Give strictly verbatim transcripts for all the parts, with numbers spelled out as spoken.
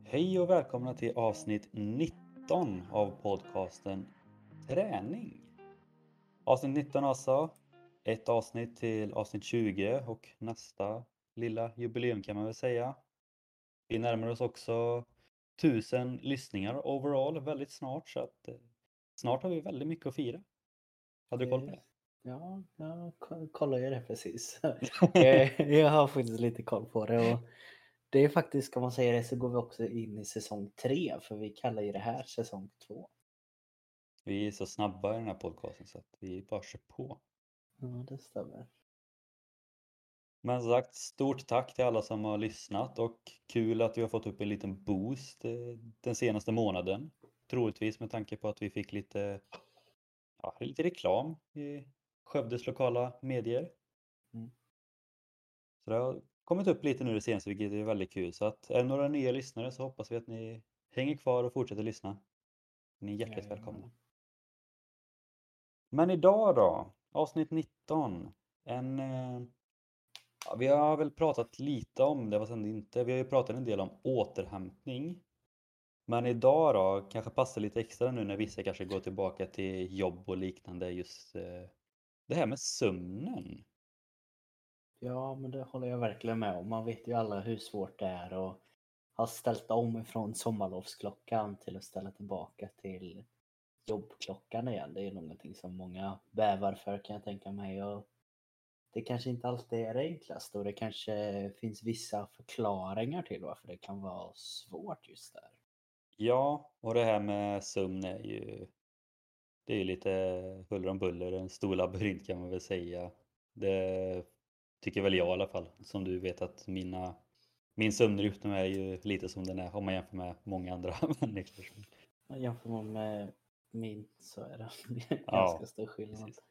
Hej och välkomna till avsnitt nitton av podcasten Träning. Avsnitt nitton alltså. Ett avsnitt till avsnitt tjugo och nästa lilla jubileum kan man väl säga. Vi närmar oss också tusen lyssningar overall väldigt snart så att eh, snart har vi väldigt mycket att fira. Hade du koll på det? Ja, jag ko- kollar ju det precis. jag, jag har faktiskt lite koll på det. Och det är faktiskt, kan man säga det, så går vi också in i säsong tre. För vi kallar ju det här säsong två. Vi är så snabba i den här podcasten så att vi bara kör på. Ja, det stämmer. Men som sagt, stort tack till alla som har lyssnat och kul att vi har fått upp en liten boost eh, den senaste månaden. Troligtvis med tanke på att vi fick lite, ja, lite reklam i Skövdes lokala medier. Mm. Så det har kommit upp lite nu det senaste, vilket är väldigt kul. Så att är det några nya lyssnare så hoppas vi att ni hänger kvar och fortsätter lyssna. Ni är hjärtligt Jajamän. välkomna. Men idag då, avsnitt nitton. En... Eh, Ja, vi har väl pratat lite om det, vad sen inte. Vi har ju pratat en del om återhämtning. Men idag då, kanske passar lite extra nu när vissa kanske går tillbaka till jobb och liknande. Just eh, det här med sömnen. Ja, men det håller jag verkligen med om. Man vet ju alla hur svårt det är att ha ställt om från sommarlovsklockan till att ställa tillbaka till jobbklockan igen. Det är någonting som många bävar för, kan jag tänka mig. Och det kanske inte alltid är det enklaste och det kanske finns vissa förklaringar till varför det kan vara svårt just där. Ja, och det här med sömn är ju, det är ju lite huller om buller, en stor labyrint kan man väl säga. Det tycker väl jag i alla fall. Som du vet att mina, min sömnrytm är ju lite som den är om man jämför med många andra människor. Jämför man med min så är det Ja, ganska stor skillnad. precis.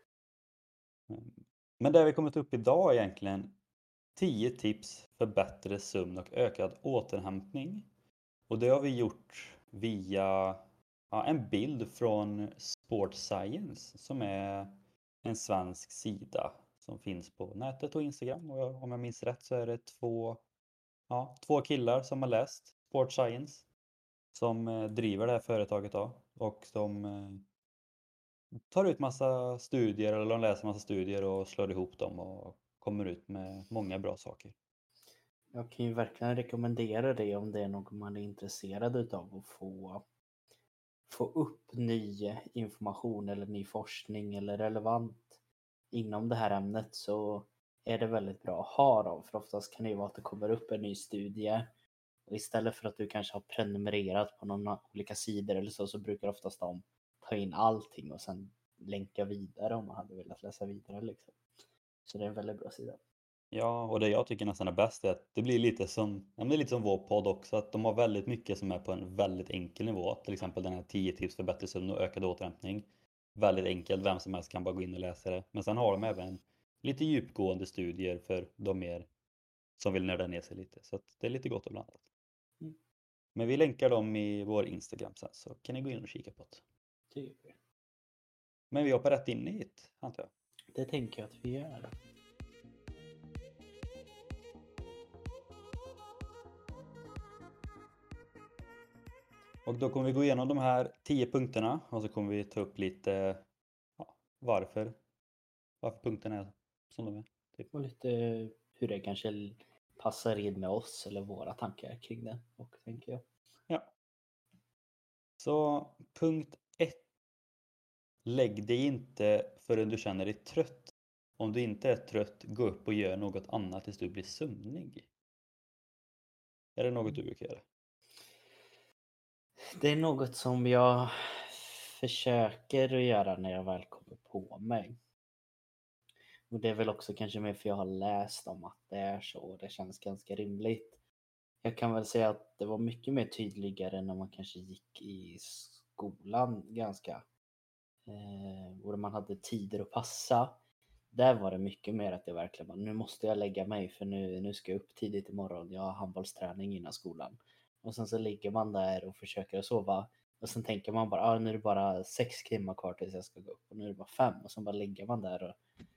Men det vi kommit upp idag är egentligen tio tips för bättre sömn och ökad återhämtning. Och det har vi gjort via ja, en bild från Sport Science som är en svensk sida som finns på nätet och Instagram. Och om jag minns rätt så är det två, ja, två killar som har läst Sport Science som eh, driver det här företaget då. Och de eh, tar ut massa studier eller de läser massa studier och slår ihop dem och kommer ut med många bra saker. Jag kan ju verkligen rekommendera det om det är något man är intresserad utav att få, få upp ny information eller ny forskning eller relevant inom det här ämnet, så är det väldigt bra att ha dem. För oftast kan det ju vara att det kommer upp en ny studie och istället för att du kanske har prenumererat på några olika sidor eller så, så brukar oftast de ta in allting och sen länka vidare om man hade velat läsa vidare liksom. Så det är en väldigt bra sida. Ja, och det jag tycker nästan är bäst är att det blir lite som, ja, men det är lite som vår podd också, att de har väldigt mycket som är på en väldigt enkel nivå. Till exempel den här tio tips för bättre sömn och ökad återhämtning. Väldigt enkelt, vem som helst kan bara gå in och läsa det. Men sen har de även lite djupgående studier för de mer som vill nörda ner sig lite. Så att det är lite gott och blandat. Mm. Men vi länkar dem i vår Instagram sen så kan ni gå in och kika på det. Typ. Men vi hoppar rätt in i det, antar jag. Det tänker jag att vi gör. Och då kommer vi gå igenom de här tio punkterna och så kommer vi ta upp lite ja, varför, varför punkterna är som de är. Typ. Och lite hur det kanske passar in med oss eller våra tankar kring det. Och tänker jag. Ja. Så punkt ett. Lägg dig inte förrän du känner dig trött. Om du inte är trött, gå upp och gör något annat tills du blir sömnig. Är det något du brukar göra? Det är något som jag försöker att göra när jag väl kommer på mig. Och det är väl också kanske mer för jag har läst om att det är så och det känns ganska rimligt. Jag kan väl säga att det var mycket mer tydligare när man kanske gick i skolan ganska. Eh, och man hade tider att passa. Där var det mycket mer att jag verkligen bara, nu måste jag lägga mig för nu, nu ska jag upp tidigt imorgon. Jag har handbollsträning innan skolan. Och sen så ligger man där och försöker sova. Och sen tänker man bara, ah, nu är det bara sex timmar kvar tills jag ska gå upp. Och nu är det bara fem. Och sen bara ligger man där och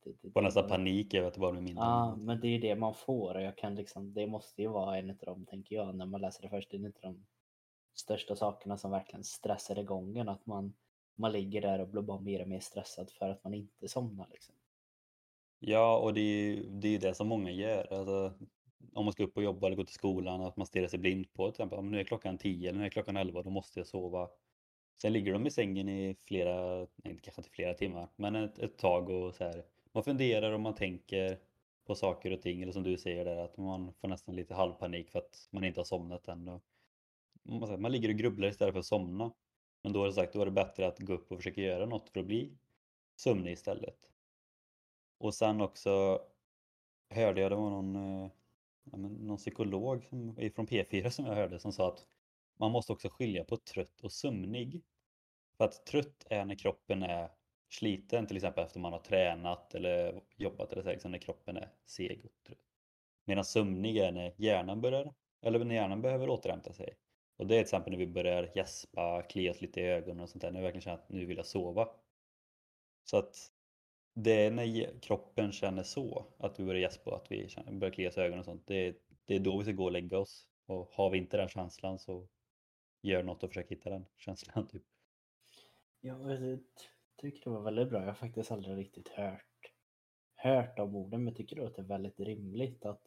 Det, det, Får det, nästan det, panik över att det bara blir mindre och ja, mindre. men det är ju det man får och jag kan liksom, det måste ju vara en av dem, tänker jag, när man läser det först. Det är en av de största sakerna som verkligen stressar igång en, att man, man ligger där och blir bara mer och mer stressad för att man inte somnar liksom. Ja, och det är ju det, är ju det som många gör. Alltså, om man ska upp och jobba eller gå till skolan, att man stirrar sig blind på till exempel, "Ja, men nu är klockan tio eller nu är klockan elva, då måste jag sova." Sen ligger de i sängen i flera, nej kanske inte flera timmar, men ett, ett tag och så här. Man funderar och man tänker på saker och ting, eller som du säger där, att man får nästan lite halvpanik för att man inte har somnat än. Och man, säger, man ligger och grubblar istället för att somna. Men då är det sagt, då är det bättre att gå upp och försöka göra något för att bli sömnig istället. Och sen också hörde jag, det var någon, eh, ja, men någon psykolog som, från P fyra som jag hörde som sa att man måste också skilja på trött och sömnig. För att trött är när kroppen är sliten, till exempel efter man har tränat eller jobbat eller så, liksom när kroppen är seg och trött. Medan sömnig är när hjärnan börjar, eller när hjärnan behöver återhämta sig. Och det är till exempel när vi börjar gäspa, klia oss lite i ögonen och sånt där, när vi verkligen känner att nu vill jag sova. Så att det är när ge- kroppen känner så, att vi börjar gäspa och att vi känner, börjar klia oss i ögonen och sånt. Det är, det är då vi ska gå och lägga oss. Och har vi inte den känslan så gör något och försök hitta den känslan typ. Ja, jag tycker det var väldigt bra. Jag har faktiskt aldrig riktigt hört, hört om orden, men tycker då att det är väldigt rimligt att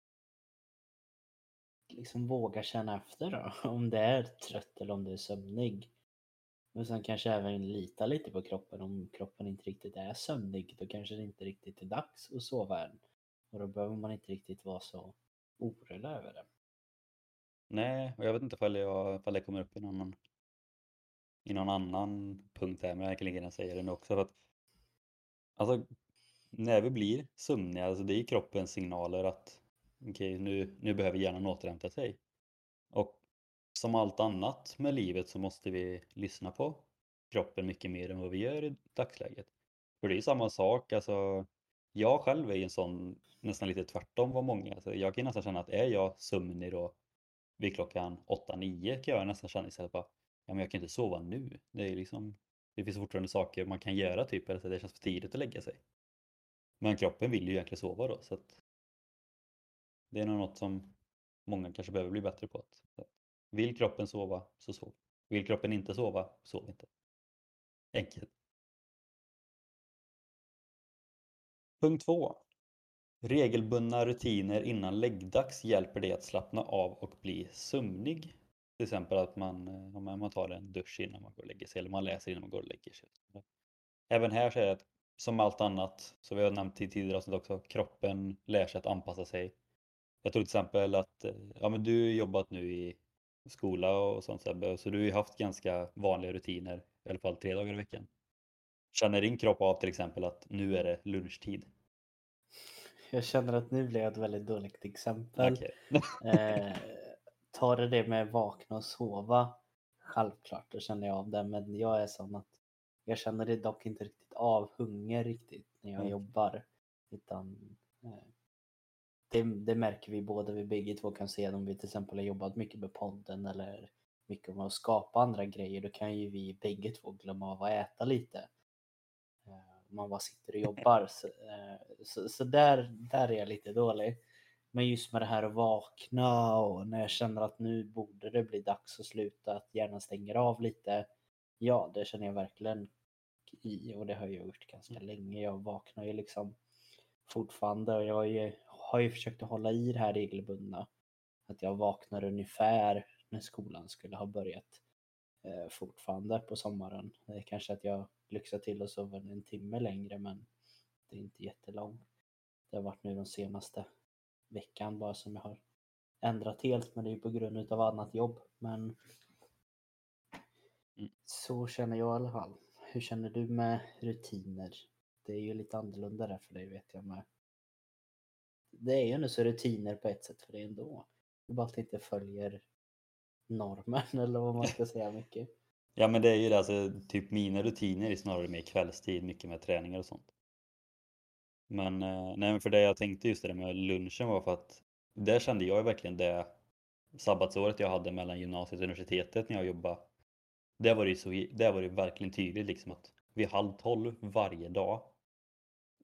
liksom våga känna efter då, om det är trött eller om det är sömnig. Men sen kanske även lita lite på kroppen. Om kroppen inte riktigt är sömnig, då kanske det inte riktigt är dags att sova än. Och då behöver man inte riktigt vara så orolig över det. Nej, och jag vet inte ifall, jag, ifall det kommer upp i någon, annan- i någon annan punkt här, men jag kan lika gärna säga det nu också. För att, alltså, när vi blir sömniga, alltså det är kroppens signaler att okej, nu, nu behöver hjärnan återhämta sig. Och som allt annat med livet så måste vi lyssna på kroppen mycket mer än vad vi gör i dagsläget. För det är ju samma sak, alltså jag själv är ju en sån, nästan lite tvärtom vad många, alltså jag kan nästan känna att är jag sömnig då vid klockan åtta nio kan jag nästan känna istället bara, ja men jag kan inte sova nu. Det är liksom, det finns fortfarande saker man kan göra typ, eller så det känns för tidigt att lägga sig. Men kroppen vill ju egentligen sova då, så att det är nog något som många kanske behöver bli bättre på. Att, att vill kroppen sova så sov. Vill kroppen inte sova, sov inte. Enkelt. Punkt två. Regelbundna rutiner innan läggdags hjälper dig att slappna av och bli sömnig. Till exempel att man, eh, om man tar en dusch innan man går och lägger sig eller man läser innan man går och lägger sig. Även här så är det att, som allt annat, så vi har nämnt i tidigare avsnitt också, kroppen lär sig att anpassa sig. Jag tror till exempel att, eh, ja men du har jobbat nu i skola och sånt Sebbe, så du har ju haft ganska vanliga rutiner, i alla fall tre dagar i veckan. Känner din kropp av till exempel att nu är det lunchtid? Jag känner att nu blev jag ett väldigt dåligt exempel. Okej. Eh, tar det det med vakna och sova? Självklart, då känner jag av det. Men jag är sån att jag känner det dock inte riktigt av hunger riktigt när jag Okej. jobbar. Utan eh, det, det märker vi båda, vi bägge två kan se om vi till exempel har jobbat mycket med podden eller mycket med att skapa andra grejer. Då kan ju vi bägge två glömma av att äta lite. Man bara sitter och jobbar. Så, så, så där, där är jag lite dålig. Men just med det här att vakna och när jag känner att nu borde det bli dags att sluta, att hjärnan stänger av lite. Ja, det känner jag verkligen i och det har jag gjort ganska länge. Jag vaknar ju liksom fortfarande och jag har ju, har ju försökt att hålla i det här regelbundna. Att jag vaknar ungefär när skolan skulle ha börjat eh, fortfarande på sommaren. Det är kanske att jag lyxar till och sover en timme längre, men det är inte jättelångt. Det har varit nu den senaste veckan bara som jag har ändrat helt, men det är på grund av annat jobb. Men Mm. så känner jag i alla fall. Hur känner du med rutiner? Det är ju lite annorlunda där för dig, vet jag med. Det är ju ändå så rutiner på ett sätt för dig ändå. Du bara att inte följer normen eller vad man ska säga mycket. Ja men det är ju det, alltså typ mina rutiner är snarare mer kvällstid, mycket med träningar och sånt. Men, eh, nej men för det jag tänkte just det där med lunchen var för att där kände jag ju verkligen det sabbatsåret jag hade mellan gymnasiet och universitetet när jag jobbade. Där var det ju så, där var det verkligen tydligt liksom att vid halv tolv varje dag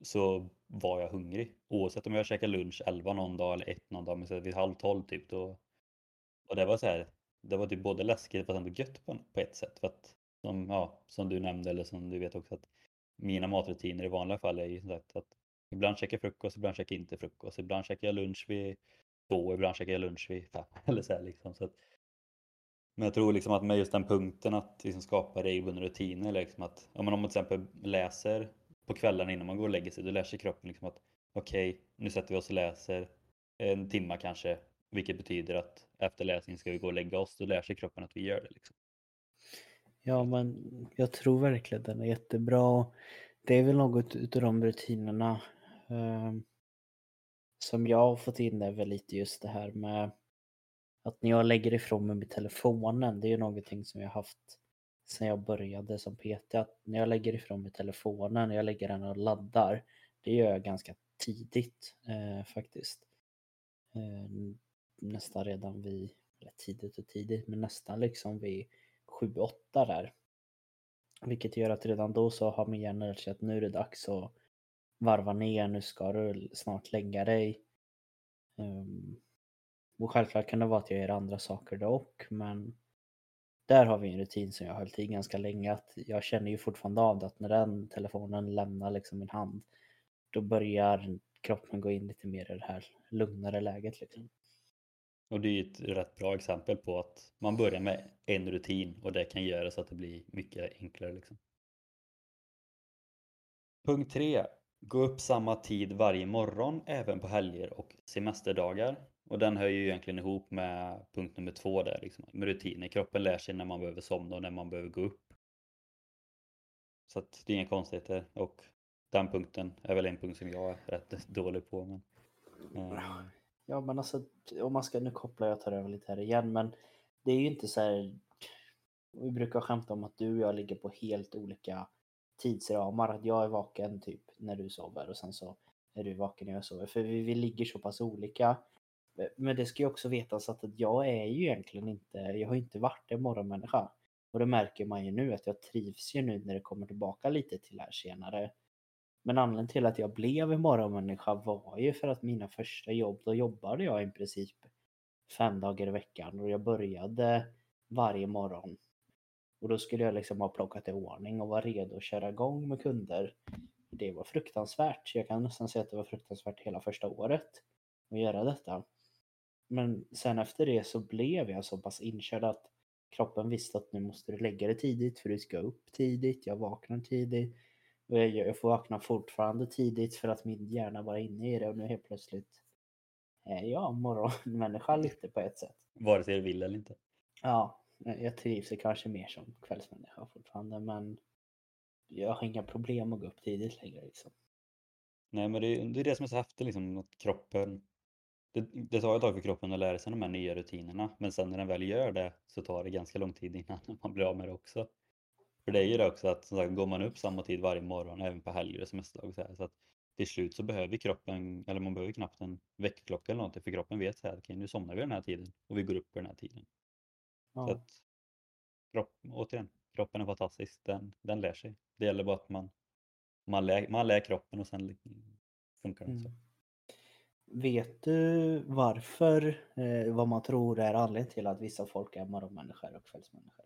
så var jag hungrig. Oavsett om jag käkade lunch elva någon dag eller ett någon dag, men så vid halv tolv typ då. Och det var så här, det var typ både läskigt fast ändå gött på, på ett sätt. För att som, ja, som du nämnde eller som du vet också att mina matrutiner i vanliga fall är ju som sagt att ibland käkar jag frukost, ibland käkar jag inte frukost. Ibland käkar jag lunch vid två, ibland käkar jag lunch vid fem eller så här liksom. Så att, men jag tror liksom att med just den punkten att liksom skapa regelbundna rutiner, liksom att ja, men om man till exempel läser på kvällarna innan man går och lägger sig, då lär sig kroppen liksom att okej, okay, nu sätter vi oss och läser en timma kanske, vilket betyder att efter läsningen ska vi gå och lägga oss, då lär sig kroppen att vi gör det liksom. Ja, men jag tror verkligen den är jättebra. Det är väl något utav de rutinerna eh, som jag har fått in, är väl lite just det här med att när jag lägger ifrån mig med telefonen, det är ju någonting som jag haft sedan jag började som P T, att när jag lägger ifrån mig telefonen, när jag lägger den och laddar, det gör jag ganska tidigt eh, faktiskt. Eh, nästan redan vid, eller tidigt och tidigt, men nästan liksom vid sju åtta där. Vilket gör att redan då så har min hjärna lärt sig att nu är det dags att varva ner, nu ska du snart lägga dig. Um, och självklart kan det vara att jag gör andra saker dock, men där har vi en rutin som jag har hållit i ganska länge, att jag känner ju fortfarande av det, att när den telefonen lämnar liksom min hand, då börjar kroppen gå in lite mer i det här lugnare läget liksom. Och det är ju ett rätt bra exempel på att man börjar med en rutin och det kan göra så att det blir mycket enklare liksom. Punkt tre. Gå upp samma tid varje morgon även på helger och semesterdagar. Och den hör ju egentligen ihop med punkt nummer två där liksom, med rutiner. Kroppen lär sig när man behöver somna och när man behöver gå upp. Så att det är inga konstigheter. Och den punkten är väl en punkt som jag är rätt dålig på. Men, eh. Ja, men alltså om man ska, nu kopplar jag tar över lite här igen, men det är ju inte så här, vi brukar skämta om att du och jag ligger på helt olika tidsramar, att jag är vaken typ när du sover och sen så är du vaken när jag sover, för vi, vi ligger så pass olika. Men det ska ju också vetas att jag är ju egentligen inte, jag har inte varit en morgonmänniska, och det märker man ju nu att jag trivs ju nu när det kommer tillbaka lite till här senare. Men anledningen till att jag blev en morgonmänniska var ju för att mina första jobb, då jobbade jag i princip fem dagar i veckan och jag började varje morgon. Och då skulle jag liksom ha plockat i ordning och vara redo att köra igång med kunder. Det var fruktansvärt. Jag kan nästan säga att det var fruktansvärt hela första året att göra detta. Men sen efter det så blev jag så pass inkörd att kroppen visste att nu måste du lägga det tidigt för du ska upp tidigt. Jag vaknar tidigt. Och jag, jag får vakna fortfarande tidigt för att min hjärna var inne i det, och nu helt plötsligt är jag morgonmänniska lite på ett sätt. Vare sig du vill eller inte. Ja, jag trivs kanske mer som kvällsmänniska fortfarande, men jag har inga problem att gå upp tidigt längre liksom. Nej, men det är, det är det som är så häftigt liksom, att kroppen, det, det tar ett tag för kroppen att lära sig de här nya rutinerna, men sen när den väl gör det så tar det ganska lång tid innan man blir av med det också. För det är ju det också att som sagt, går man upp samma tid varje morgon även på helger och semesterdag så, här, så att till slut så behöver kroppen, eller man behöver knappt en väckklocka eller någonting, för kroppen vet så här, okej, nu somnar vi den här tiden och vi går upp på den här tiden. Ja. Så att kropp, återigen, kroppen är fantastisk, den, den lär sig. Det gäller bara att man, man, lär, man lär kroppen och sen funkar den så. Mm. Vet du varför, eh, vad man tror är anledningen till att vissa folk är morgonmänniskor och kvällsmänniskor?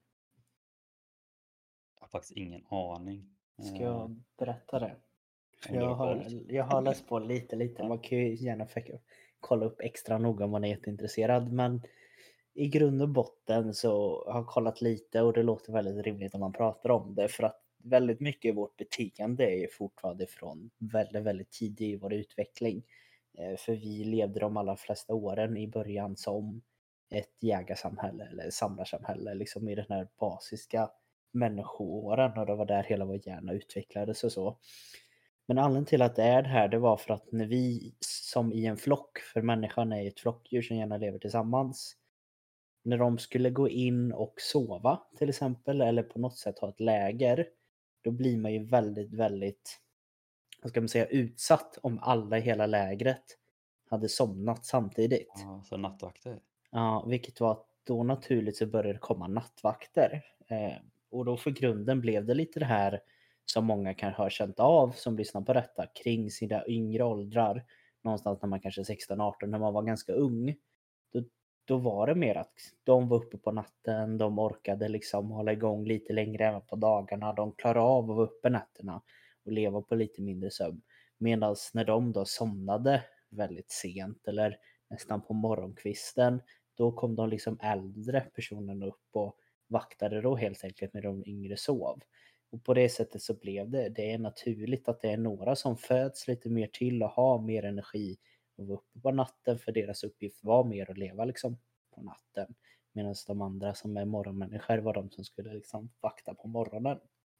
Jag har faktiskt ingen aning. Ska jag berätta det? För Om du jag, har har, koll. jag har läst på lite, lite. Man kan ju gärna fick, kolla upp extra noga om man är jätteintresserad. Men i grund och botten så har jag kollat lite, och det låter väldigt rimligt om man pratar om det. För att väldigt mycket i vårt beteende är fortfarande från väldigt, väldigt tidigt i vår utveckling. För vi levde de allra flesta åren i början som ett jägarsamhälle eller samlarsamhälle, liksom i den här basiska människoåren, och det var där hela vår hjärna utvecklades och så. Men anledningen till att det är det här, det var för att när vi som i en flock, för människan är ett flockdjur som gärna lever tillsammans, när de skulle gå in och sova till exempel, eller på något sätt ha ett läger, då blir man ju väldigt, väldigt, vad ska man säga, utsatt om alla i hela lägret hade somnat samtidigt. Ja, så nattvakter. Ja, vilket var att då naturligt så började det komma nattvakter. Eh, och då för grunden blev det lite det här som många kanske har känt av som lyssnar på detta kring sina yngre åldrar. Någonstans när man kanske är sexton arton, när man var ganska ung. Då, då var det mer att de var uppe på natten, de orkade liksom hålla igång lite längre även på dagarna. De klarade av att vara uppe nätterna och leva på lite mindre sömn. Medan när de då somnade väldigt sent eller nästan på morgonkvisten, då kom de liksom äldre personerna upp och vaktade då helt enkelt när de yngre sov. Och på det sättet så blev det, det är naturligt att det är några som föds lite mer till och har mer energi och vara uppe på natten, för deras uppgift var mer att leva liksom på natten. Medan de andra som är morgonmänniskor var de som skulle liksom vakta på morgonen.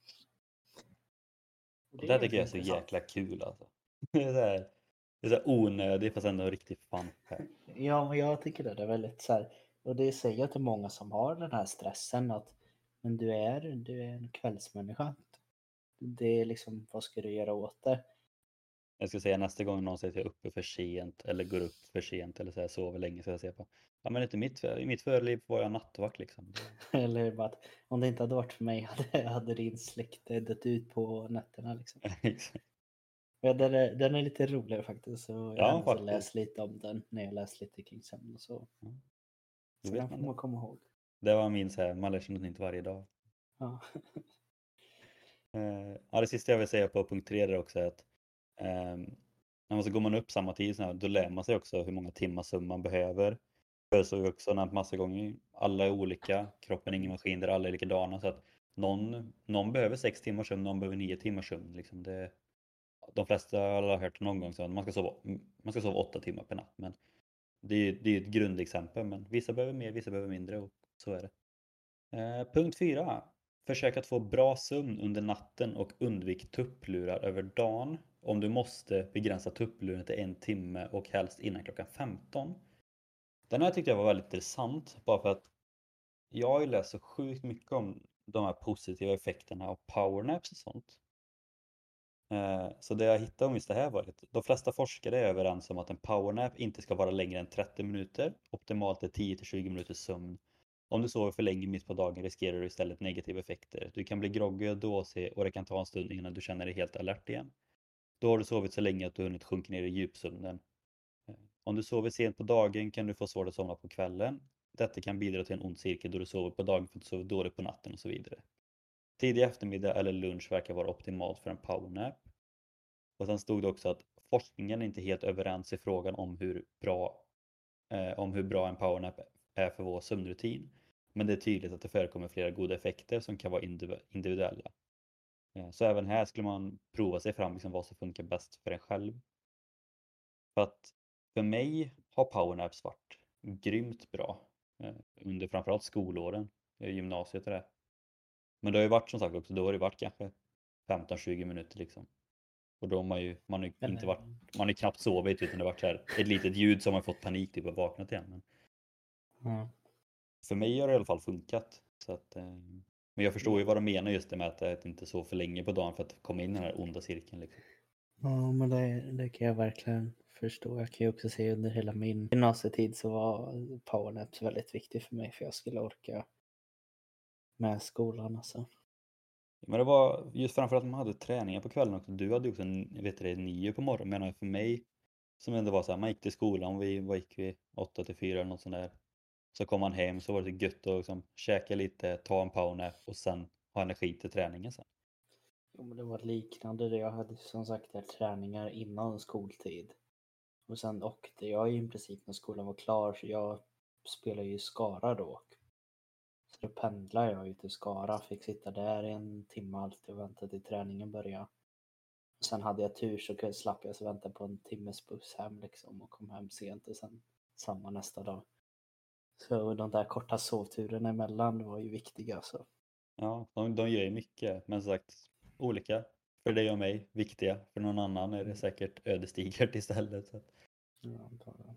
Och det, det tycker jag är så jäkla kul alltså. Det är så här, det är så här onödigt fast ändå riktigt fun fact. Ja, men jag tycker det, det är väldigt så här, och det säger jag till många som har den här stressen att men du är, du är en kvällsmänniska. Det är liksom, vad ska du göra åt det? Jag ska säga nästa gång någon säger att jag är uppe för sent eller går upp för sent eller så här, sover länge, så jag säger på. Ja, men inte mitt, i mitt förliv var jag nattvakt liksom. Eller bara att om det inte hade varit för mig hade, hade din släkt dött ut på nätterna liksom. Ja, den, är, den är lite roligare faktiskt. Så jag Ja, har faktiskt. läst lite om den när jag läst lite kring sömn och så. Ja. Så vet den får man, man komma ihåg. det var min så här, man lär sig något inte varje dag. Ja. eh, ja, det sista jag vill säga på punkt tre är också att eh, när man så går man upp samma tid så här, då lär man sig också hur många timmar sömn man behöver. För så har vi också nämnt massa gånger, alla är olika, kroppen är ingen maskin där alla är likadana, så att någon, någon behöver sex timmar sömn, någon behöver nio timmar sömn. Liksom det, de flesta har hört någon gång att man ska sova, man ska sova åtta timmar per natt, men det är, det är ett grundexempel, men vissa behöver mer, vissa behöver mindre och så är det. Eh, punkt fyra. Försök att få bra sömn under natten och undvik tupplurar över dagen. Om du måste, begränsa tuppluren till en timme och helst innan klockan femton. Den här tyckte jag var väldigt intressant, bara för att jag har ju läst så sjukt mycket om de här positiva effekterna av powernaps och sånt. Eh, Så det jag hittade om just det här var att de flesta forskare är överens om att en powernap inte ska vara längre än trettio minuter. Optimalt är tio till tjugo minuters sömn. Om du sover för länge mitt på dagen riskerar du istället negativa effekter. Du kan bli groggy och dåsig och det kan ta en stund innan du känner dig helt alert igen. Då har du sovit så länge att du hunnit sjunka ner i djupsömnen. Eh, Om du sover sent på dagen kan du få svårt att somna på kvällen. Detta kan bidra till en ond cirkel då du sover på dagen för att du sover dåligt på natten och så vidare. Tidig eftermiddag eller lunch verkar vara optimalt för en powernap. Och sen stod det också att forskningen är inte helt överens i frågan om hur bra, eh, om hur bra en powernap är för vår sömnrutin. Men det är tydligt att det förekommer flera goda effekter som kan vara indiv- individuella. Eh, så även här skulle man prova sig fram liksom vad som funkar bäst för en själv. För att för mig har powernaps varit grymt bra eh, under framförallt skolåren, i gymnasiet och det. Men det har ju varit som sagt också, då har det varit kanske femton tjugo minuter liksom. Och då har man ju, man har ju inte varit, man har ju knappt sovit utan det har varit så här, ett litet ljud som har fått panik typ och vaknat igen. Men Ja. för mig har det i alla fall funkat. Så att, eh, men jag förstår ju vad de menar just det med att det inte så för länge på dagen för att komma in i den här onda cirkeln. Liksom. Ja, men det, det kan jag verkligen förstå. Jag kan ju också se under hela min gymnasietid så var powernaps väldigt viktigt för mig för jag skulle orka med skolan alltså. Men det var just framför att man hade träningar på kvällen också. Du hade ju också en, vet du, nio på morgonen. Men för mig som ändå var så här, man gick till skolan, vi, vad gick vi, åtta till fyra eller något sånt där. Så kom man hem så var det gött att liksom käka lite, ta en powernap och sen ha energi till träningen sen. Jo, men det var liknande det. Jag hade som sagt där träningar innan skoltid. Och sen åkte jag i princip när skolan var klar. Så jag spelade ju i Skara då. Så då pendlade jag ju till Skara. Fick sitta där en timme alltid och vänta till träningen började. Och sen hade jag tur så slapp jag så vänta på en timmes buss hem liksom. Och kom hem sent och sen samma nästa dag. Så de där korta sovturerna emellan var ju viktiga. Så. Ja, de, de gör ju mycket. Men som sagt, olika. För dig och mig, viktiga. För någon annan är det säkert ödesdigert istället. Så att Ja, bara.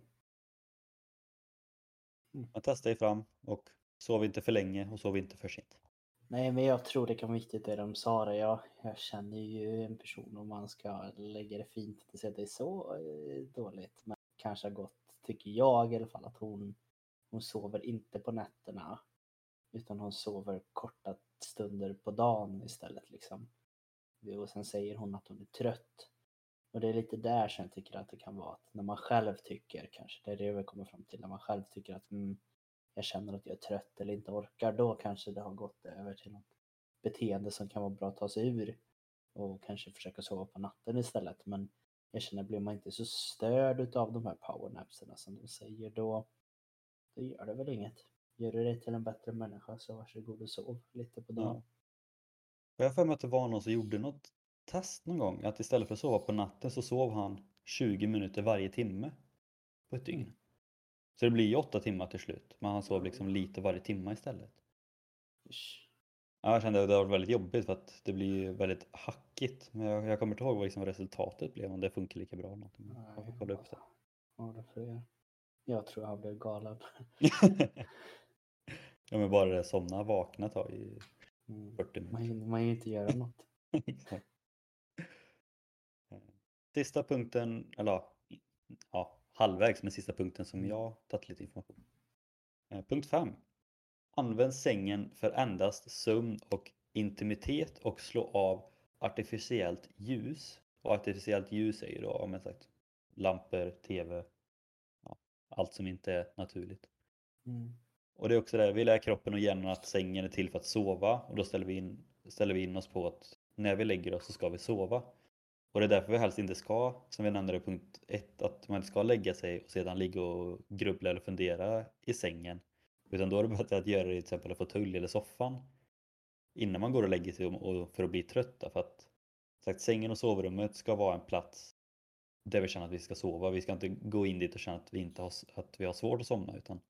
man testar ju fram och sov inte för länge och sov inte för sent. Nej, men jag tror det kan vara viktigt det de sa det. Jag, jag känner ju en person om man ska lägga det fint inte säga att det är så eh, dåligt. Men kanske har gått, tycker jag i alla fall, att hon, hon sover inte på nätterna. Utan hon sover korta stunder på dagen istället liksom. Och sen säger hon att hon är trött. Och det är lite där som jag tycker att det kan vara. Att när man själv tycker, kanske det är det vi kommer fram till. När man själv tycker att mm, jag känner att jag är trött eller inte orkar. Då kanske det har gått över till något beteende som kan vara bra att ta sig ur. Och kanske försöka sova på natten istället. Men jag känner, blir man inte så störd av de här powernapserna som de säger, då, då gör det väl inget. Gör du dig till en bättre människa så varsågod och sov lite på dagen. Ja. Jag har för mig att det var någon som gjorde något test någon gång. Att istället för att sova på natten så sov han tjugo minuter varje timme på ett dygn. Mm. Så det blir ju åtta timmar till slut. Men han sov liksom lite varje timme istället. Ish. Ja, jag kände att det var väldigt jobbigt för att det blir ju väldigt hackigt. Men jag, jag kommer inte ihåg vad liksom resultatet blev, om det funkar lika bra eller någonting. Jag får kolla upp det. Ja, det får jag. Jag tror han blev galen. Ja, men bara det somna, vakna tar ju Mm. fyrtio minuter. Man hinner man hinner inte göra något. Exakt. Sista punkten, eller ja, halvvägs med sista punkten som jag tagit lite information. Eh, Punkt fem. Använd sängen för endast sömn och intimitet och slå av artificiellt ljus. Och artificiellt ljus är ju då, om jag sagt, lampor, tv, ja, allt som inte är naturligt. Mm. Och det är också det, vi lär kroppen och hjärnan att sängen är till för att sova. Och då ställer vi in, ställer vi in oss på att när vi lägger oss så ska vi sova. Och det är därför vi helst inte ska, som vi nämnde i punkt ett, att man inte ska lägga sig och sedan ligga och grubbla eller fundera i sängen. Utan då är det bättre att göra det i till exempel i fåtölj eller soffan innan man går och lägger sig och för att bli trött. För att sagt, sängen och sovrummet ska vara en plats där vi känner att vi ska sova. Vi ska inte gå in dit och känna att vi, inte har, att vi har svårt att somna, utan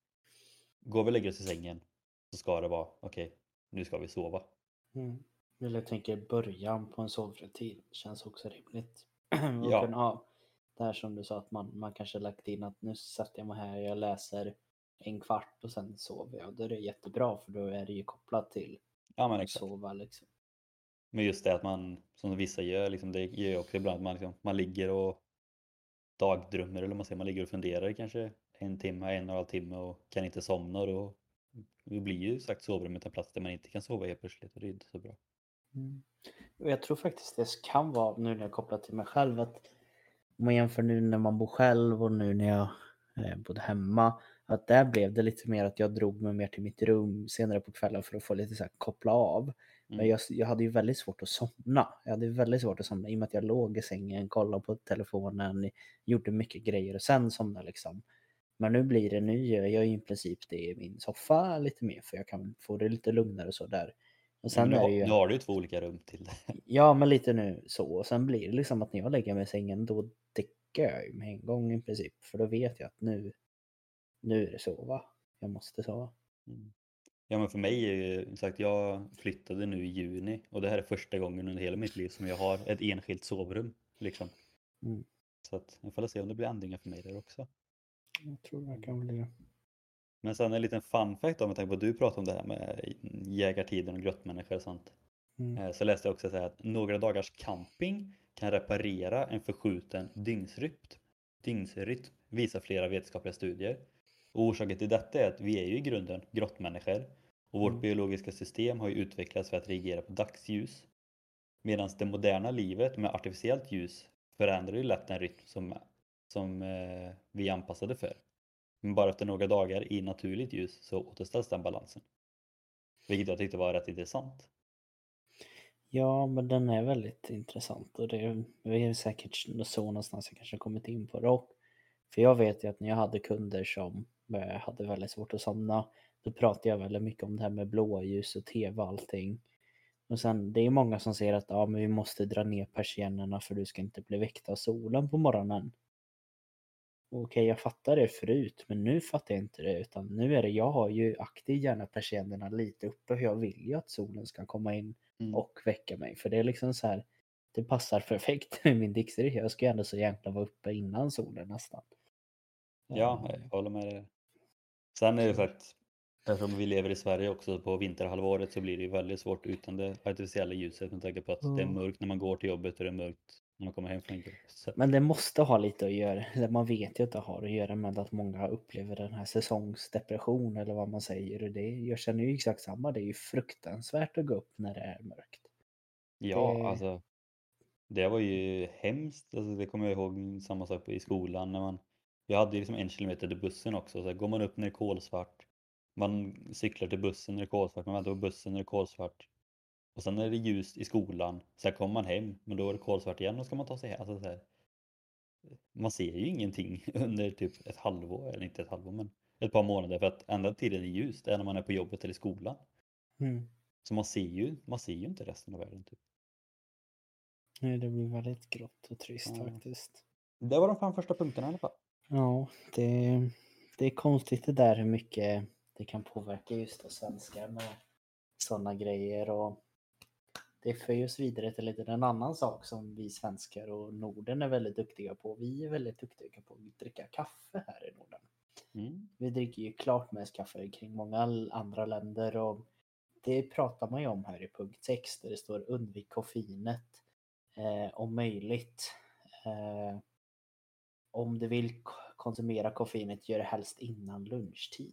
går vi och lägger oss i sängen så ska det vara okej, okay, nu ska vi sova. Mm. Eller jag tänker början på en sovrutin känns också rimligt. Ja. Och kunna ha det här som du sa, att man, man kanske lagt in att nu sätter jag mig här, jag läser en kvart och sen sover jag. Då är det jättebra, för då är det ju kopplat till Ja, men att exakt. sova liksom. Men just det att man, som vissa gör, liksom, det gör jag också ibland, att man, liksom, man ligger och dagdrömmer, eller man säger, man ligger och funderar kanske en timme, en och en halv timme och kan inte somna, och då, då blir ju sagt sovrummet en plats där man inte kan sova helt plötsligt, och det är inte så bra. Mm. Och jag tror faktiskt det kan vara, nu när jag kopplar till mig själv, att om man jämför nu när man bor själv och nu när jag eh, bodde hemma, att där blev det lite mer att jag drog mig mer till mitt rum senare på kvällen för att få lite så här koppla av. Mm. Men jag, jag hade ju väldigt svårt att somna. Jag hade väldigt svårt att somna i och med att jag låg i sängen, kollade på telefonen, gjorde mycket grejer och sen somnade liksom. Men nu blir det, nu gör jag i princip det i min soffa lite mer, för jag kan få det lite lugnare och så där. Och sen ja, nu, är har, det ju... nu har du ju två olika rum till det. Ja, men lite nu så. Och sen blir det liksom att när jag lägger mig i sängen, då däckar jag ju med en gång i princip. För då vet jag att nu, nu är det sova. Jag måste sova. Mm. Ja, men för mig är ju sagt, jag flyttade nu i juni och det här är första gången under hela mitt liv som jag har ett enskilt sovrum liksom. Mm. Så att jag får se om det blir ändringar för mig där också. Jag tror det kan bli det. Men sen en liten fun fact, om jag tänker på att du pratade om det här med jägartiden och grottmänniskor och sånt. Mm. Så läste jag också så här att några dagars camping kan reparera en förskjuten dygnsrytm. Dygnsrytm visar flera vetenskapliga studier. Och orsaken till detta är att vi är ju i grunden grottmänniskor. Och vårt Mm. biologiska system har ju utvecklats för att reagera på dagsljus. Medan det moderna livet med artificiellt ljus förändrar ju lätt den rytm som, som eh, vi är anpassade för. Men bara efter några dagar i naturligt ljus så återställs den balansen. Vilket jag tyckte var rätt intressant. Ja, men den är väldigt intressant. Och det är, det är säkert så någonstans jag kanske kommit in på det. För jag vet ju att när jag hade kunder som hade väldigt svårt att somna, då pratade jag väldigt mycket om det här med blåljus och tv och allting. Och sen, det är många som säger att ja, men vi måste dra ner persiennerna för du ska inte bli väckt av solen på morgonen. Okej, jag fattar det förut, men nu fattar jag inte det, utan nu är det, jag har ju aktivt gärna persiennerna lite uppe, för jag vill ju att solen ska komma in Mm. och väcka mig. För det är liksom så här, det passar perfekt med min dygnsrytm. Jag ska ju ändå så egentligen vara uppe innan solen nästan. Ja, jag håller med dig. Sen är det sagt, eftersom vi lever i Sverige också på vinterhalvåret, så blir det ju väldigt svårt utan det artificiella ljuset, med tanke på att det är mörkt när man går till jobbet och det är mörkt när man kommer hem från jobbet. Så. Men det måste ha lite att göra, man vet ju att det har att göra med att många upplever den här säsongsdepression eller vad man säger. Och det, jag känner ju exakt samma, det är ju fruktansvärt att gå upp när det är mörkt. Ja, det... alltså Det var ju hemskt, alltså det kommer jag ihåg samma sak på- i skolan när man, jag hade ju liksom en kilometer till bussen också, så här, går man upp när det är kolsvart, man cyklar till bussen när det är kolsvart, man väntar på bussen när det är kolsvart och sen är det ljust i skolan, sen kommer man hem men då är det kolsvart igen och ska man ta sig hem. Alltså, så här, man ser ju ingenting under typ ett halvår, eller inte ett halvår men ett par månader för att enda tiden är ljust är när man är på jobbet eller i skolan. Mm. Så man ser ju, man ser ju inte resten av världen typ. Nej, det blir väldigt grått och trist Ja. faktiskt. Det var de fem första punkterna i alla fall. Ja, det, det är konstigt det där hur mycket det kan påverka just oss svenskar med sådana grejer. Och det för oss vidare till lite en annan sak som vi svenskar och Norden är väldigt duktiga på. Vi är väldigt duktiga på att dricka kaffe här i Norden. Mm. Vi dricker ju klart mest kaffe kring många andra länder och det pratar man ju om här i punkt sex där det står undvik koffeinet eh, om möjligt. Eh, om du vill konsumera koffeinet, gör det helst innan lunchtid.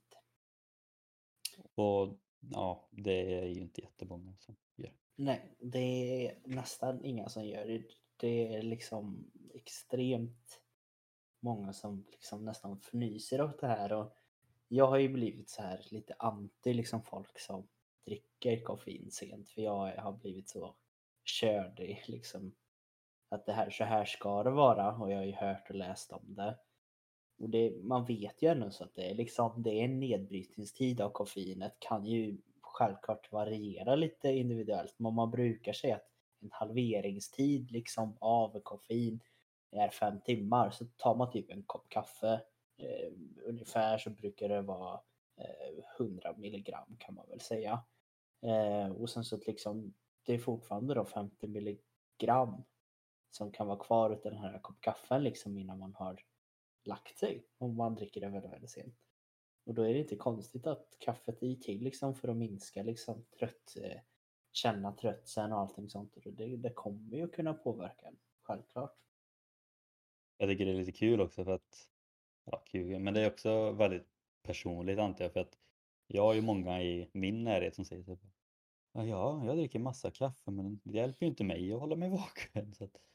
Och ja, det är ju inte jättemånga som gör. Nej, det är nästan inga som gör det. Det är liksom extremt många som liksom nästan fnyser åt det här. Och jag har ju blivit så här lite anti liksom folk som dricker koffein sent. För jag har blivit så körd i liksom att det här, så här ska det vara. Och jag har ju hört och läst om det. Och det, man vet ju ändå så att det är liksom, det är en nedbrytningstid av koffeinet kan ju självklart variera lite individuellt. Men om man brukar säga att en halveringstid liksom av koffein är fem timmar så tar man typ en kopp kaffe eh, ungefär så brukar det vara eh, hundra milligram kan man väl säga. Eh, och sen så att liksom det är fortfarande då femtio milligram som kan vara kvar utav den här kopp kaffen liksom innan man har lagt sig om man dricker det väldigt, väldigt sent. Och då är det inte konstigt att kaffet är till liksom för att minska liksom trött, eh, känna tröttsen och allting sånt. Och det, det kommer ju kunna påverka en, självklart. Jag tycker det är lite kul också för att, ja kul, men det är också väldigt personligt antar jag för att jag har ju många i min närhet som säger så här, ja, ja, jag dricker massa kaffe men det hjälper ju inte mig att hålla mig vaken. Så att,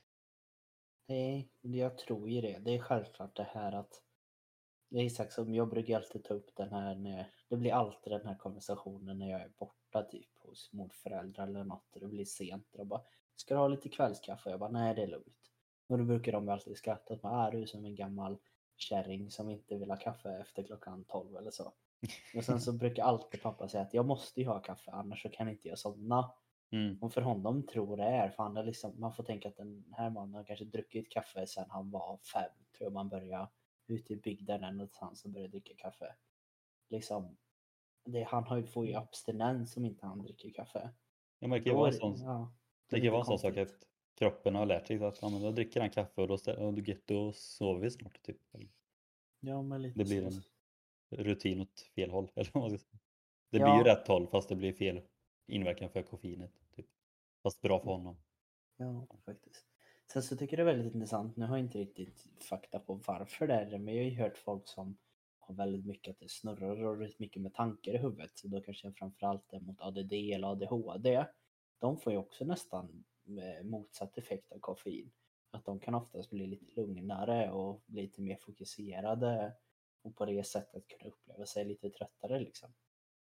Nej, jag tror ju det. Det är självklart det här att det är exakt som jag brukar alltid ta upp den här när det blir alltid den här konversationen när jag är borta typ hos morföräldrar eller något och det blir sent och de bara ska du ha lite kvällskaffe? Och jag bara nej det är lugnt. Och då brukar de alltid skratta att man är du som en gammal kärring som inte vill ha kaffe efter klockan tolv eller så. Och sen så brukar alltid pappa säga att jag måste ju ha kaffe annars så kan inte jag somna. mm. Och för honom tror det är, för han är liksom, man får tänka att den här mannen har kanske druckit kaffe sedan han var fem, tror jag man började ute i bygden eller någonstans och började dricka kaffe. Liksom, det, han har ju, får ju abstinens om inte han dricker kaffe. Ja, men det kan ju Då vara är en det, sån, ja, då det är kan det ju inte vara en sån sak konstigt. att kroppen har lärt sig att ja, men då dricker han kaffe och då, stä- och då, då sover vi snart typ. Ja, men Det lite blir så. en rutin åt fel håll. Eller vad man ska säga. Det blir ju Ja, rätt håll fast det blir fel inverkan för koffeinet. Typ. Fast bra för honom. ja, faktiskt. Sen så tycker jag det är väldigt intressant, nu har jag inte riktigt fakta på varför det är det, men jag har ju hört folk som har väldigt mycket att det snurrar och rätt mycket med tankar i huvudet. Så då kanske framförallt är mot A D D eller A D H D. De får ju också nästan eh, motsatt effekt av koffein. Att de kan oftast bli lite lugnare och bli lite mer fokuserade och på det sättet kunna uppleva sig lite tröttare liksom.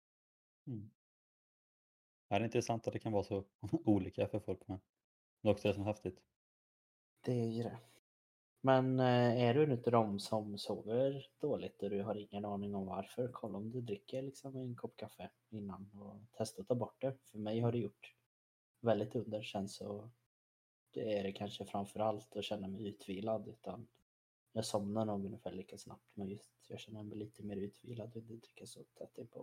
Mm. Ja, det är intressant att det kan vara så olika för folk med. Det är också det som är häftigt. Det är ju det. Men eh, är du en utav dem som sover dåligt och du har ingen aning om varför, kolla om du dricker liksom en kopp kaffe innan och testa att ta bort det. För mig har det gjort väldigt under. Sen så det är det kanske framförallt att känna mig utvilad utan jag somnar nog ungefär lika snabbt men just jag känner mig lite mer utvilad och inte dricka så tätt inpå.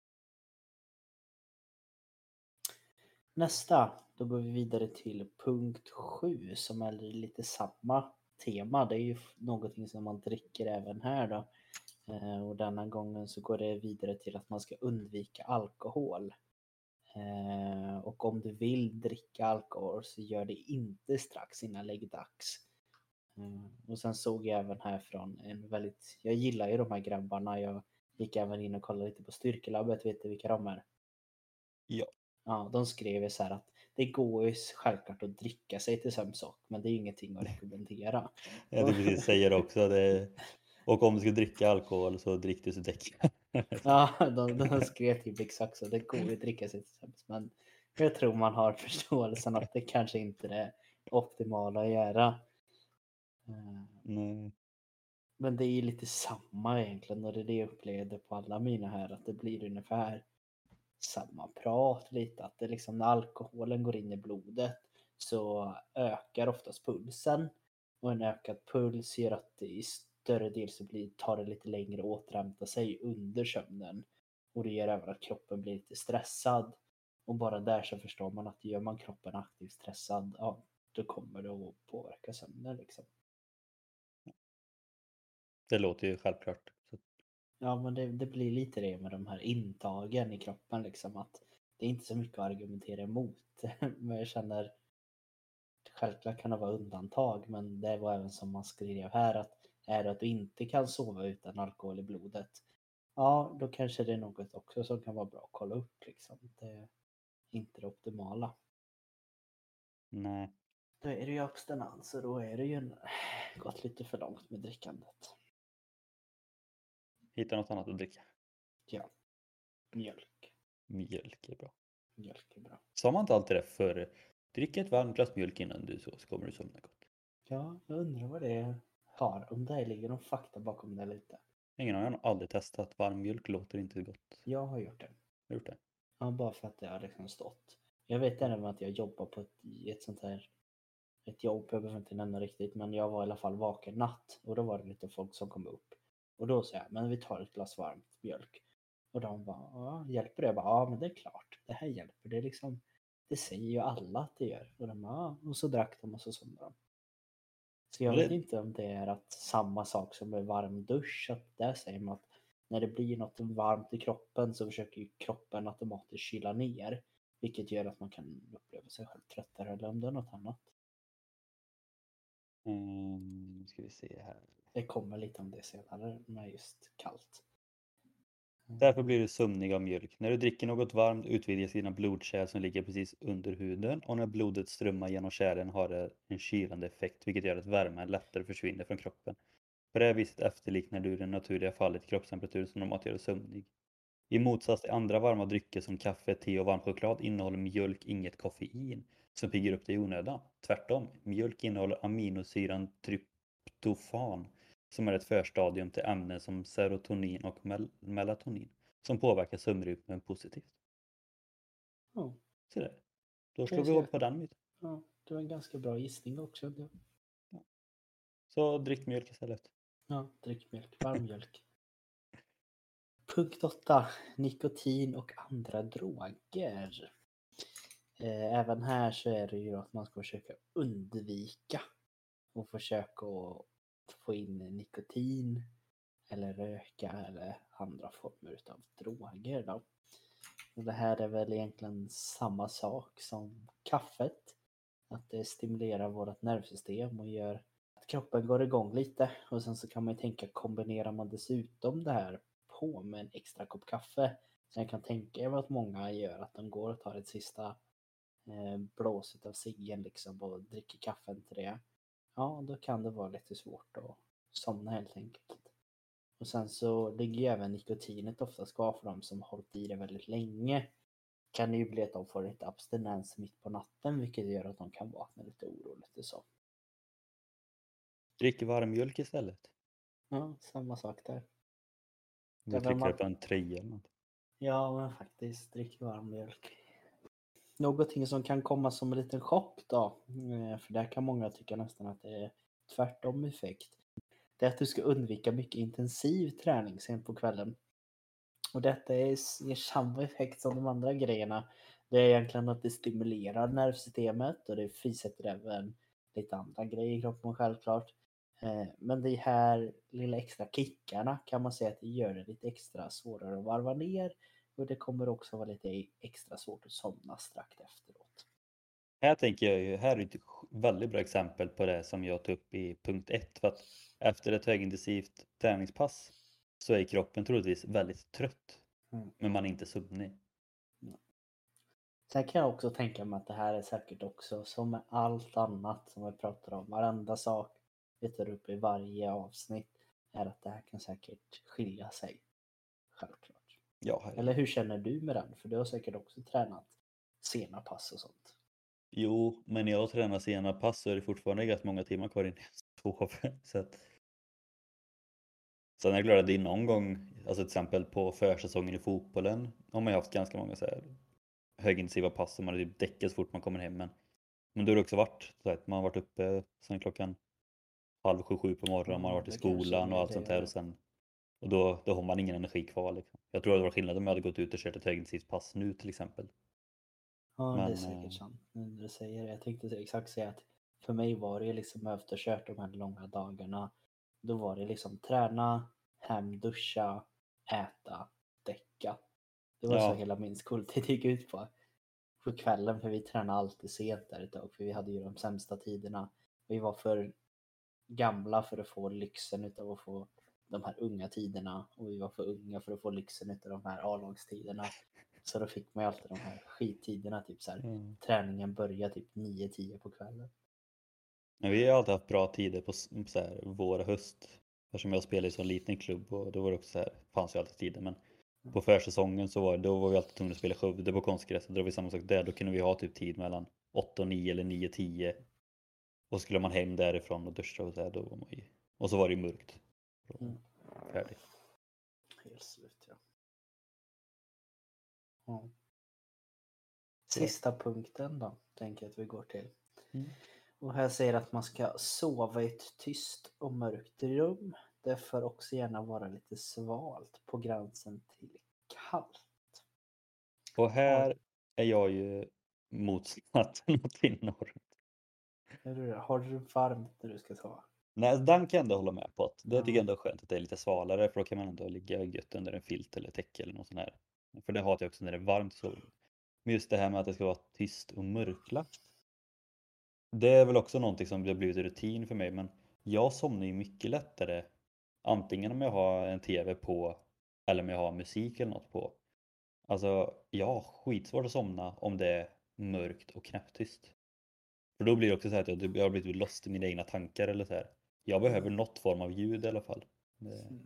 Nästa, då går vi vidare till punkt sju som är lite samma tema. Det är ju någonting som man dricker även här då. Eh, och denna gången så går det vidare till att man ska undvika alkohol. Eh, och om du vill dricka alkohol så gör det inte strax innan läggdags. Eh, och sen såg jag även här från en väldigt, jag gillar ju de här grabbarna. Jag gick även in och kollade lite på Styrkelabbet, vet du vilka de är? Ja. Ja, de skrev ju så här att det går ju självklart att dricka sig till sömns också, men det är ju ingenting att rekommendera. Jag tänkte precis säga det också. Det, och om du ska dricka alkohol så drick du så däck. Ja, de, de skrev typ exakt så. Det går ju att dricka sig till sömns, men jag tror man har förståelsen att det kanske inte är det optimala att göra. Eh, Nej. Men det är ju lite samma egentligen, och det är det jag upplevde på alla mina här, att det blir ungefär samma prat lite, att det liksom när alkoholen går in i blodet så ökar oftast pulsen, och en ökad puls gör att det i större del så blir, tar det lite längre att återhämta sig under sömnen, och det gör även att kroppen blir lite stressad, och bara där så förstår man att gör man kroppen aktivt stressad, ja, då kommer det att påverka sömnen liksom. Det låter ju självklart. Så, Ja, men det, det blir lite det med de här intagen i kroppen liksom, att det är inte så mycket att argumentera emot. Men jag känner, självklart kan det vara undantag, men det var även som man skrev här, att är det att du inte kan sova utan alkohol i blodet, ja, då kanske det är något också som kan vara bra att kolla upp liksom. Det är inte det optimala. nej. Då är det ju abstinens, och då är det ju gått lite för långt med drickandet. Hitta något annat att dricka. Ja, mjölk. Mjölk är bra. Mjölk är bra. Sa man inte alltid det förr? Drick ett varmt glas mjölk innan du så, så kommer du somna gott. Ja, jag undrar vad det har. Om det ligger någon fakta bakom det lite. Ingen har jag aldrig testat. Varm mjölk låter inte gott. Jag har gjort det. Har du gjort det? Ja, bara för att det har liksom stått. Jag vet även att jag jobbar på ett, ett sånt här ett jobb, jag behöver inte nämna riktigt, men jag var i alla fall vaken natt, och då var det lite folk som kom upp. Och då sa jag, men vi tar ett glas varmt mjölk. Och de bara, ja, hjälper det? Jag bara, ja, men det är klart. Det här hjälper. Det är liksom, det säger ju alla att det gör. Och de bara, ja. Och så drack de och så somnade de. Så jag Men det- vet inte om det är att samma sak som med varm dusch, att där säger man att när det blir något varmt i kroppen så försöker ju kroppen automatiskt kyla ner, vilket gör att man kan uppleva sig själv tröttare, eller om det är något annat. Mm, nu ska vi se här. Det kommer lite om det senare med just kallt. Därför blir du sömnig av mjölk. När du dricker något varmt utvidgas dina blodkärl som ligger precis under huden, och när blodet strömmar genom kärlen har det en kylande effekt, vilket gör att värmen lättare försvinner från kroppen. På det här viset efterliknar du det naturliga fallet i kroppstemperatur som normalt gör dig sömnig. I motsats till andra varma drycker som kaffe, te och varm choklad innehåller mjölk inget koffein som piggar upp dig i onödan. Tvärtom, mjölk innehåller aminosyran tryptofan som är ett förstadium till ämnen som serotonin och mel melatonin som påverkar sömnrytmen positivt. Ja, Så det. Då Kan slår jag vi säga. hål på den myten. ja, det var en ganska bra gissning också. Så drick mjölk istället. Ja, drick mjölk, varm mjölk. Punkt åtta. Nikotin och andra droger. Eh, Även här så är det ju att man ska försöka undvika och försöka att få in nikotin eller röka eller andra former av droger då. Och det här är väl egentligen samma sak som kaffet. Att det stimulerar vårt nervsystem och gör att kroppen går igång lite. Och sen så kan man ju tänka, kombinerar man dessutom det här på med en extra kopp kaffe. Så jag kan tänka mig att många gör att de går och tar ett sista eh, blåset av ciggen liksom och dricker kaffen till det. Ja, då kan det vara lite svårt att somna helt enkelt. Och sen så ligger ju även nikotinet oftast kvar för dem som hållit i det väldigt länge. Kan det ju bli att de får lite abstinens mitt på natten, vilket gör att de kan vakna lite oroligt och så. Drick varm mjölk istället. Ja, samma sak där. Du Även trycker man- det på en tröja eller något. Ja, men faktiskt, drick varm mjölk. Någonting som kan komma som en liten chock då, eh, för där kan många tycka nästan att det är tvärtom effekt. Det är att du ska undvika mycket intensiv träning sent på kvällen. Och detta är, ger samma effekt som de andra grejerna. Det är egentligen att det stimulerar nervsystemet och det frisätter även lite andra grejer i kroppen självklart. Eh, Men de här lilla extra kickarna kan man säga att det gör det lite extra svårare att varva ner. Och det kommer också vara lite extra svårt att somna strax efteråt. Här tänker jag ju, här är ett väldigt bra exempel på det som jag tog upp i punkt ett. För att efter ett högintensivt träningspass så är kroppen troligtvis väldigt trött. Mm. Men man är inte sömnig. Sen kan jag också tänka mig att det här är säkert också som med allt annat som vi pratar om. Varenda sak vi tar upp i varje avsnitt är att det här kan säkert skilja sig. Självklart. Ja, herregud. Eller hur känner du med den? För du har säkert också tränat sena pass och sånt. Jo, men när jag tränar sena pass så är det fortfarande ganska många timmar kvar innan jag sover. Så att... Sen är det klart att det är någon gång, alltså till exempel på försäsongen i fotbollen har man ju haft ganska många så här högintensiva pass som man har typ däckat så fort man kommer hem. Men, men då har det också varit så att man har varit uppe sen klockan halv sju, sju på morgonen, man har Ja, varit i det kanske skolan och är allt sånt det. här och sen och då, då har man ingen energi kvar liksom. Jag tror att det var skillnad om jag hade gått ut och kört ett högintensivt pass nu till exempel. Ja, det är Men, säkert eh, sant. Nu när du säger det. Jag tänkte exakt säga att för mig var det ju liksom efterkört de här långa dagarna. Då var det liksom träna, hem, duscha, äta, däcka. Det var så Ja, hela min skoltid gick ut på. På kvällen, för vi tränade alltid sent där ett tag. För vi hade ju de sämsta tiderna. Vi var för gamla för att få lyxen utav att få de här unga tiderna. Och vi var för unga för att få lyxen utav de här A-lagstiderna. Så då fick man ju alltid de här skittiderna. Typ så här, mm. träningen börjar typ nio tio på kvällen. Men vi har alltid haft bra tider på s- så här, vår och höst. Eftersom jag spelade i så liten klubb och då var det också så här, fanns ju alltid tider. Men på försäsongen så var det, då var vi alltid tvungna att spela Skövde på konstgräs. Då var vi samma sak där. Då kunde vi ha typ tid mellan åtta och nio eller nio tio. Och skulle man hem därifrån och duscha och så här, då var man ju... Och så var det ju mörkt. Mm. Färdigt. Helt slut, ja. ja. Sista punkten då, tänker jag att vi går till. Mm. Och här säger att man ska sova i ett tyst och mörkt rum. Det får också gärna vara lite svalt på gränsen till kallt. Och här är jag ju motsatt något enormt. Är du, har du varmt när du ska sova? Nej, den kan jag ändå hålla med på. Att det Ja. tycker jag ändå är skönt att det är lite svalare för då kan man ändå ligga gött under en filt eller täcke eller något sånt här. För det hatar jag också när det är varmt så. Men just det här med att det ska vara tyst och mörklagt. Det är väl också någonting som har blivit rutin för mig men jag somnar ju mycket lättare antingen om jag har en tv på eller om jag har musik eller något på. Alltså jag har skitsvårt att somna om det är mörkt och knäpptyst. För då blir det också så här att jag, jag har blivit lost i mina egna tankar eller så här. Jag behöver något form av ljud i alla fall. Det... Mm.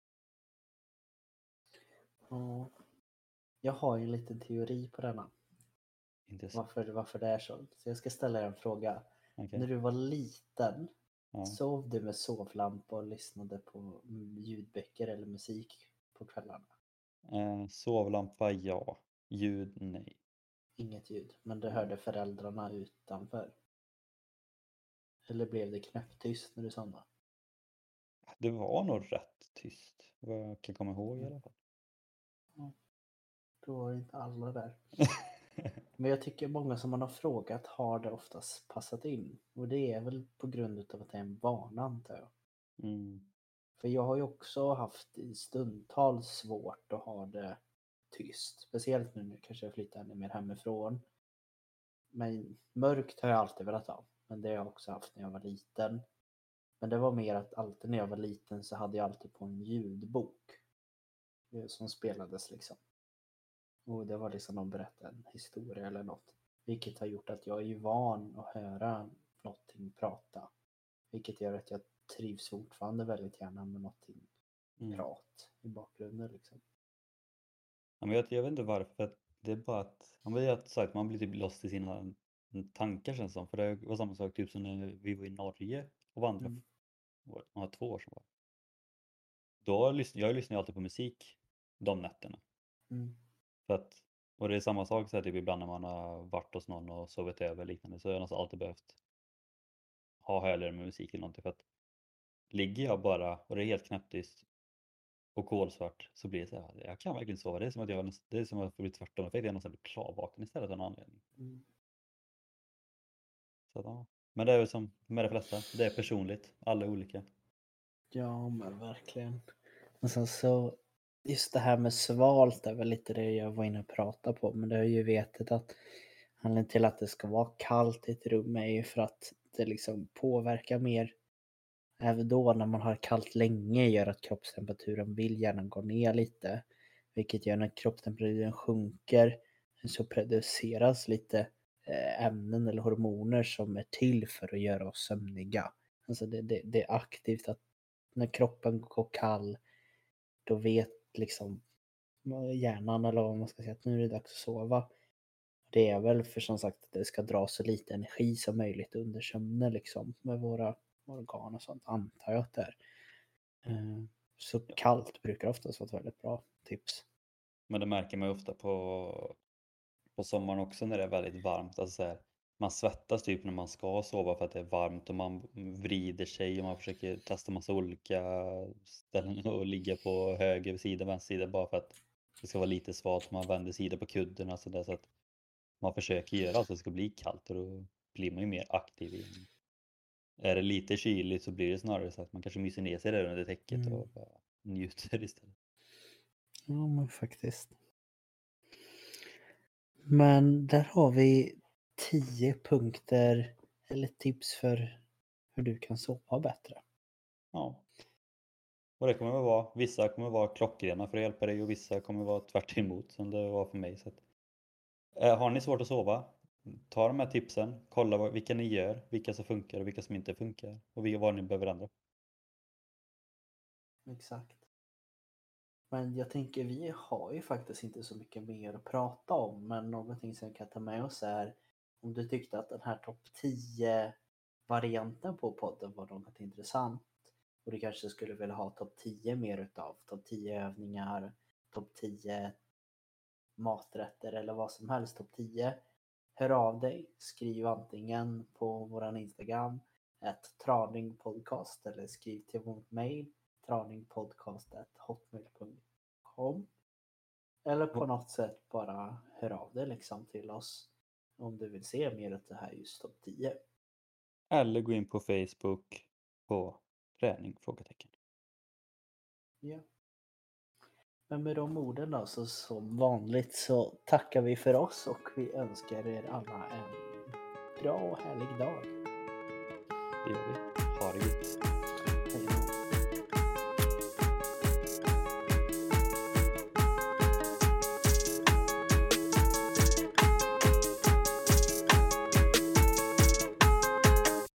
Ja. Jag har ju en liten teori på denna. Intressant. Varför, varför det är så. Så jag ska ställa er en fråga. Okay. När du var liten, Ja. sov du med sovlampa och lyssnade på ljudböcker eller musik på kvällarna? Eh, sovlampa, ja. Ljud, nej. Inget ljud, men du hörde föräldrarna utanför? Eller blev det knäpptyst när du somnade? Det var nog rätt tyst. Vad jag kan komma ihåg i alla fall. Ja. Då var inte alla där. Men jag tycker många som man har frågat har det oftast passat in. Och det är väl på grund av att det är en vana, antar jag. Mm. För jag har ju också haft i stundtals svårt att ha det tyst. Speciellt nu när jag kanske flyttar ännu mer hemifrån. Men mörkt har jag alltid velat ha. Men det har jag också haft när jag var liten. Men det var mer att alltid när jag var liten så hade jag alltid på en ljudbok. Som spelades liksom. Och det var liksom de berättade en historia eller något. Vilket har gjort att jag är ju van att höra någonting prata. Vilket gör att jag trivs fortfarande väldigt gärna med någonting Mm. prat i bakgrunden liksom. Ja, men jag, jag vet inte varför. Det är bara att man blir, att, sagt, man blir typ lost i sina tankar känns det som. För det var samma sak typ som när vi var i Norge och vandrade. Mm. Var det var två år sedan var det. Då lyssnade jag lyssnar ju alltid på musik de nätterna. Mm. För att, och det är samma sak så här, typ ibland när man har varit hos någon och sovit över liknande så har jag nästan alltid behövt ha hörlurar med musik eller någonting för att ligger jag bara och det är helt knäpptyst och kolsvart så blir det så här, jag kan verkligen sova. Det är som att jag, näst- det är som att jag blir tvärtom effekt, jag nästan blir klarvaken istället av någon anledning. Mm. Så att, ja. Men det är väl som med de flesta, det är personligt, alla är olika. Ja, men verkligen. Och sen så, just det här med svalt är väl lite det jag var inne och pratade på. Men det har ju vetat att anledningen till att det ska vara kallt i ett rum är ju för att det liksom påverkar mer. Även då när man har kallt länge gör att kroppstemperaturen vill gärna gå ner lite. Vilket gör när kroppstemperaturen sjunker så produceras lite eh, ämnen eller hormoner som är till för att göra oss sömniga. Alltså det, det, det är aktivt att när kroppen går kall, då vet liksom hjärnan eller vad man ska säga att nu är det dags att sova. Det är väl för som sagt att det ska dra så lite energi som möjligt under sömnen liksom med våra organ och sånt, antar jag att det är. Eh, Så kallt brukar oftast vara ett väldigt bra tips. Men det märker man ju ofta på, på sommaren också när det är väldigt varmt. Alltså så här, man svettas typ när man ska sova för att det är varmt och man vrider sig och man försöker testa massa olika ställen och ligga på höger sida, vänster sida bara för att det ska vara lite svalt. Man vänder sida på kudden och så där, så att man försöker göra allt så att det ska bli kallt och då blir man ju mer aktiv i. Är det lite kyligt så blir det snarare så att man kanske myser ner sig där under täcket Mm. och bara njuter istället. Ja, men faktiskt. Men där har vi tio punkter eller tips för hur du kan sova bättre. Ja. Och det kommer att vara, vissa kommer att vara klockrena för att hjälpa dig och vissa kommer att vara tvärt emot som det var för mig. Så att, eh, har ni svårt att sova, ta de här tipsen, kolla vad, vilka ni gör, vilka som funkar och vilka som inte funkar och vilka, vad ni behöver ändra. Exakt. Men jag tänker vi har ju faktiskt inte så mycket mer att prata om, men någonting som vi kan ta med oss är om du tyckte att den här topp tio varianten på podden var något intressant och du kanske skulle vilja ha topp tio mer utav, topp tio övningar, topp tio maträtter eller vad som helst, topp tio. Hör av dig, skriv antingen på våran Instagram ett traningpodcast eller skriv till vårt mail traningpodcast at hotmail punkt com eller på något sätt bara hör av dig liksom till oss om du vill se mer av det här just topp tio. Eller gå in på Facebook på träning? Frågetecken. Ja. Men med de orden då, så som vanligt så tackar vi för oss och vi önskar er alla en bra och härlig dag. Det gör vi. Ha det gott.